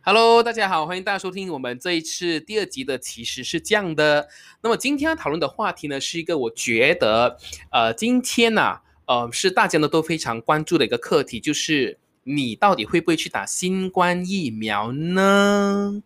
Hello，大家好，欢迎大家收听我们这一次第二集的其实是这样的。那么今天要讨论的话题呢，是一个我觉得，今天呢、是大家呢都非常关注的一个课题，就是你到底会不会去打新冠疫苗呢？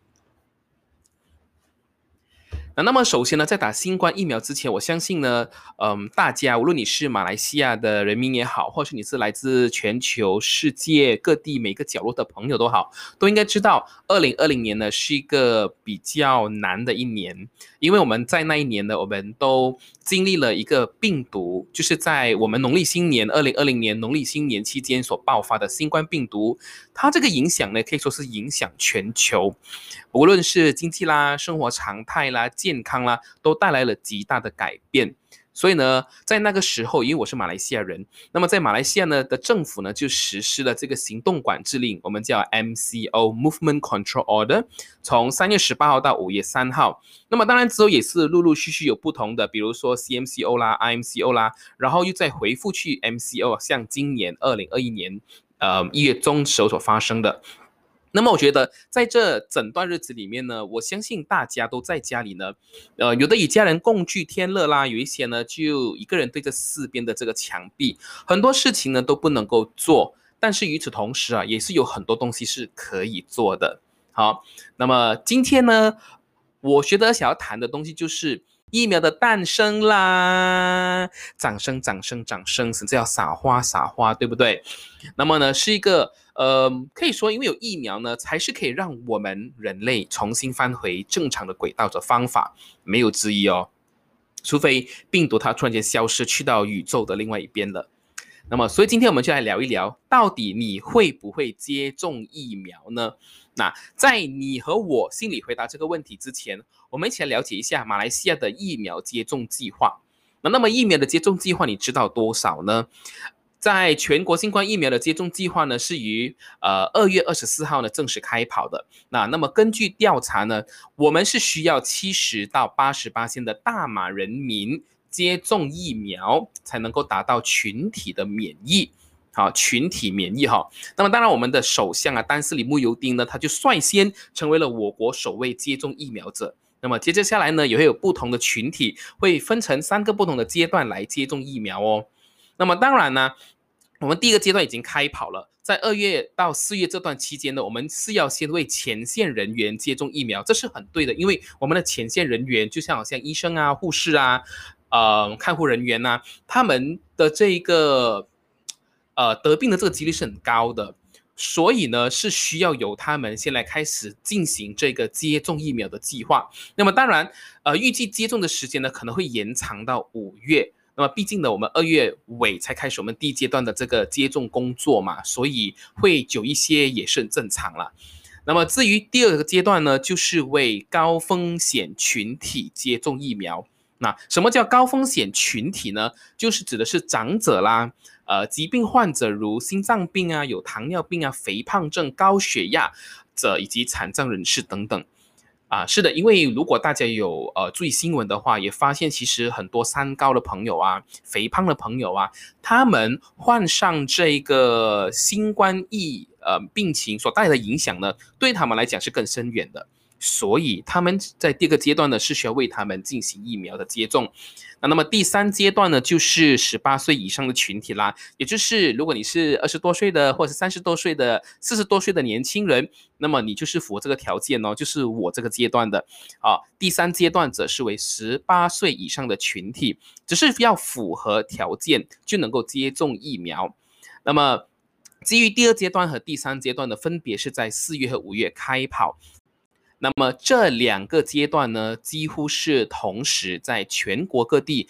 那么首先呢，在打新冠疫苗之前，我相信呢，大家无论你是马来西亚的人民也好，或是你是来自全球世界各地每个角落的朋友都好，都应该知道，2020年呢是一个比较难的一年，因为我们在那一年呢，我们都经历了一个病毒，就是在我们农历新年2020年农历新年期间所爆发的新冠病毒，它这个影响呢，可以说是影响全球。无论是经济啦、生活常态啦、健康啦，都带来了极大的改变。所以呢，在那个时候，因为我是马来西亚人，那么在马来西亚呢的政府呢就实施了这个行动管制令，我们叫 MCO（Movement Control Order），从3月18号到5月3号。那么当然之后也是陆陆续续有不同的，比如说 CMCO 啦、IMCO 啦，然后又再回复去 MCO，像今年2021年1月中时候所发生的。那么我觉得在这整段日子里面呢，我相信大家都在家里呢，有的与家人共聚天乐啦，有一些呢就一个人对着四边的这个墙壁，很多事情呢都不能够做，但是与此同时啊，也是有很多东西是可以做的。好，那么今天呢，我觉得想要谈的东西就是疫苗的诞生啦，掌声，掌声，掌声，甚至要撒花撒花，对不对？那么呢，是一个可以说因为有疫苗呢，才是可以让我们人类重新返回正常的轨道的方法，没有之一哦。除非病毒它突然间消失去到宇宙的另外一边了。那么，所以今天我们就来聊一聊，到底你会不会接种疫苗呢？那在你和我心里回答这个问题之前，我们一起来了解一下马来西亚的疫苗接种计划。那么疫苗的接种计划你知道多少呢？在全国新冠疫苗的接种计划呢，是于2月24号呢正式开跑的。那么根据调查呢，我们是需要70到88%的大马人民接种疫苗，才能够达到群体的免疫。好，群体免疫哈。那么当然，我们的首相啊，丹斯里慕尤丁呢，他就率先成为了我国首位接种疫苗者。那么接着下来呢，也会有不同的群体，会分成3个不同的阶段来接种疫苗哦。那么当然呢，我们第一个阶段已经开跑了，在2月到4月这段期间呢，我们是要先为前线人员接种疫苗，这是很对的，因为我们的前线人员就像好像医生啊、护士啊、看护人员啊，他们的这个得病的这个几率是很高的，所以呢是需要由他们先来开始进行这个接种疫苗的计划。那么当然，预计接种的时间呢可能会延长到5月。那么毕竟呢，我们2月尾才开始我们第一阶段的这个接种工作嘛，所以会久一些也是很正常啦。那么至于第二个阶段呢，就是为高风险群体接种疫苗。那什么叫高风险群体呢？就是指的是长者啦，疾病患者如心脏病啊、有糖尿病啊、肥胖症、高血压者以及残障人士等等。是的，因为如果大家有注意新闻的话，也发现其实很多三高的朋友啊、肥胖的朋友啊，他们患上这个新冠病情所带来的影响呢，对他们来讲是更深远的。所以他们在第二个阶段呢，是需要为他们进行疫苗的接种。那么第三阶段呢，就是18岁以上的群体啦，也就是如果你是20多岁的，或者是30多岁的、40多岁的年轻人，那么你就是符合这个条件哦，就是我这个阶段的。第三阶段则是为18岁以上的群体，只是要符合条件就能够接种疫苗。那么基于第二阶段和第三阶段呢，分别是在4月和5月开跑。那么这2个阶段呢，几乎是同时在全国各地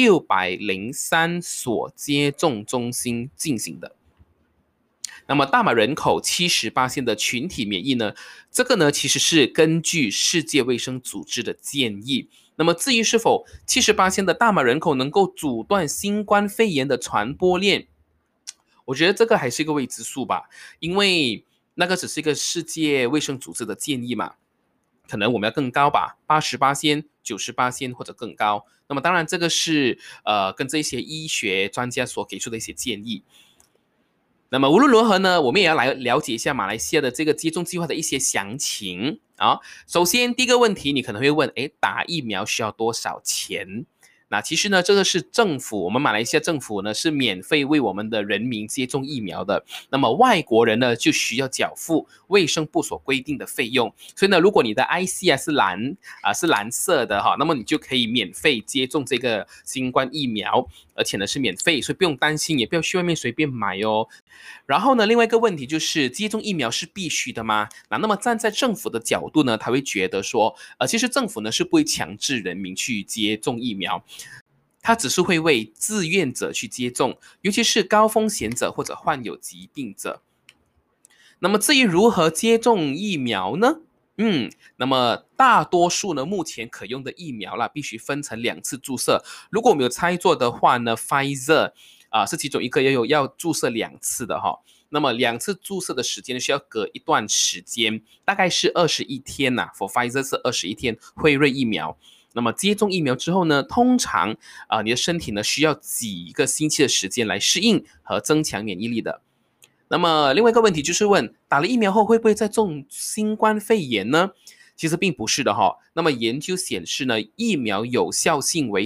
603所接种中心进行的。那么大马人口78%的群体免疫呢，这个呢其实是根据世界卫生组织的建议。那么至于是否78%的大马人口能够阻断新冠肺炎的传播链，我觉得这个还是一个未知数吧，因为那个只是一个世界卫生组织的建议嘛。可能我们要更高吧，88%、98%或者更高。那么当然，这个是跟这些医学专家所给出的一些建议。 那么无论如何呢，我们也要来了解一下马来西亚的这个接种计划的一些详情啊。首先，第一个问题你可能会问，打疫苗需要多少钱？那其实呢，这个是政府，我们马来西亚政府呢是免费为我们的人民接种疫苗的。那么外国人呢就需要缴付卫生部所规定的费用。所以呢，如果你的 IC 是蓝色的哈，那么你就可以免费接种这个新冠疫苗，而且呢是免费，所以不用担心，也不要去外面随便买哦。然后呢，另外一个问题就是接种疫苗是必须的吗？那么站在政府的角度呢，他会觉得说，其实政府呢是不会强制人民去接种疫苗，他只是会为自愿者去接种，尤其是高风险者或者患有疾病者。那么至于如何接种疫苗呢？那么大多数呢，目前可用的疫苗啦，必须分成2次注射。如果我没有猜错的话呢，Pfizer 是其中一个要注射2次的哈。那么2次注射的时间需要隔一段时间，大概是21天呐。For Pfizer 是21天，辉瑞疫苗。那么接种疫苗之后呢，通常你的身体呢需要几个星期的时间来适应和增强免疫力的。那么另外一个问题就是问，打了疫苗后会不会再中新冠肺炎呢？其实并不是的哈。那么研究显示呢，疫苗有效性为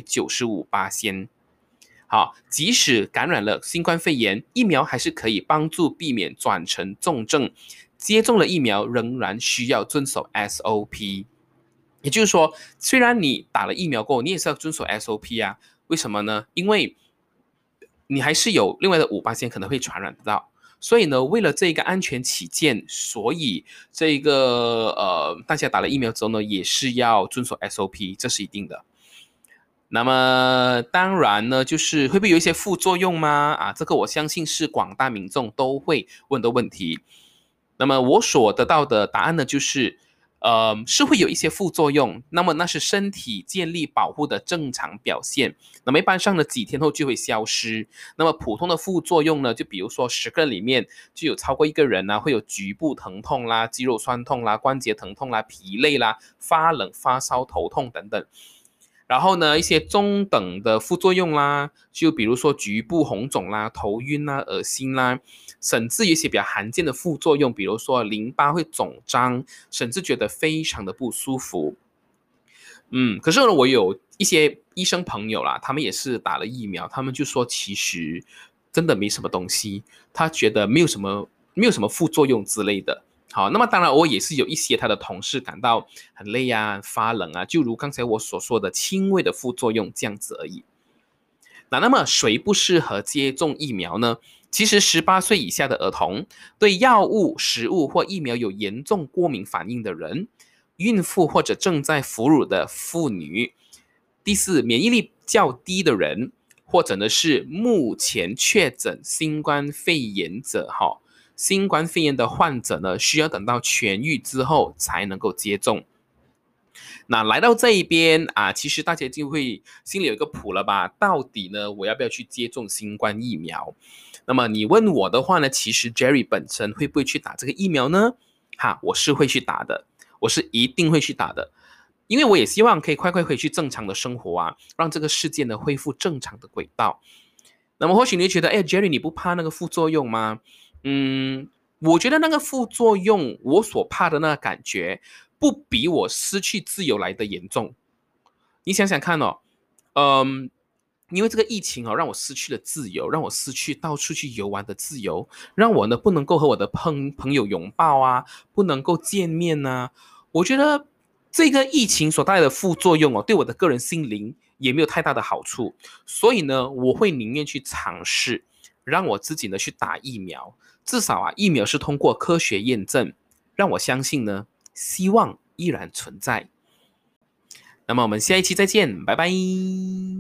95%。好，即使感染了新冠肺炎，疫苗还是可以帮助避免转成重症。接种了疫苗仍然需要遵守 SOP。也就是说，虽然你打了疫苗过后，你也是要遵守 SOP 啊。为什么呢？因为你还是有另外的5%可能会传染到。所以呢，为了这个安全起见，所以这个大家打了疫苗之后呢，也是要遵守 SOP， 这是一定的。那么当然呢，就是会不会有一些副作用吗？这个我相信是广大民众都会问的问题。那么我所得到的答案呢，是会有一些副作用，那么那是身体建立保护的正常表现，那么一般上呢几天后就会消失。那么普通的副作用呢，就比如说10个人里面就有超过1个人会有局部疼痛啦、肌肉酸痛啦、关节疼痛啦、疲累啦、发冷、发烧、头痛等等。然后呢，一些中等的副作用啦，就比如说局部红肿啦、头晕啦、恶心啦，甚至一些比较罕见的副作用，比如说淋巴会肿胀，甚至觉得非常的不舒服。可是呢，我有一些医生朋友啦，他们也是打了疫苗，他们就说其实真的没什么东西，他觉得没有什么副作用之类的。好，那么当然我也是有一些他的同事感到很累啊、发冷啊，就如刚才我所说的轻微的副作用这样子而已。那么谁不适合接种疫苗呢？其实18岁以下的儿童、对药物、食物或疫苗有严重过敏反应的人、孕妇或者正在哺乳的妇女，第4，免疫力较低的人，或者呢是目前确诊新冠肺炎者哈。新冠肺炎的患者呢，需要等到痊愈之后才能够接种。那来到这一边其实大家就会心里有一个谱了吧？到底呢，我要不要去接种新冠疫苗？那么你问我的话呢，其实 Jerry 本身会不会去打这个疫苗呢？我是会去打的，我是一定会去打的，因为我也希望可以快快回去正常的生活让这个世界呢恢复正常的轨道。那么或许你会觉得，Jerry 你不怕那个副作用吗？我觉得那个副作用，我所怕的那个感觉，不比我失去自由来的严重。你想想看因为这个疫情让我失去了自由，让我失去到处去游玩的自由，让我呢不能够和我的朋友拥抱不能够见面我觉得这个疫情所带来的副作用对我的个人心灵也没有太大的好处，所以呢，我会宁愿去尝试，让我自己呢去打疫苗。至少疫苗是通过科学验证，让我相信呢，希望依然存在。那么我们下一期再见，拜拜。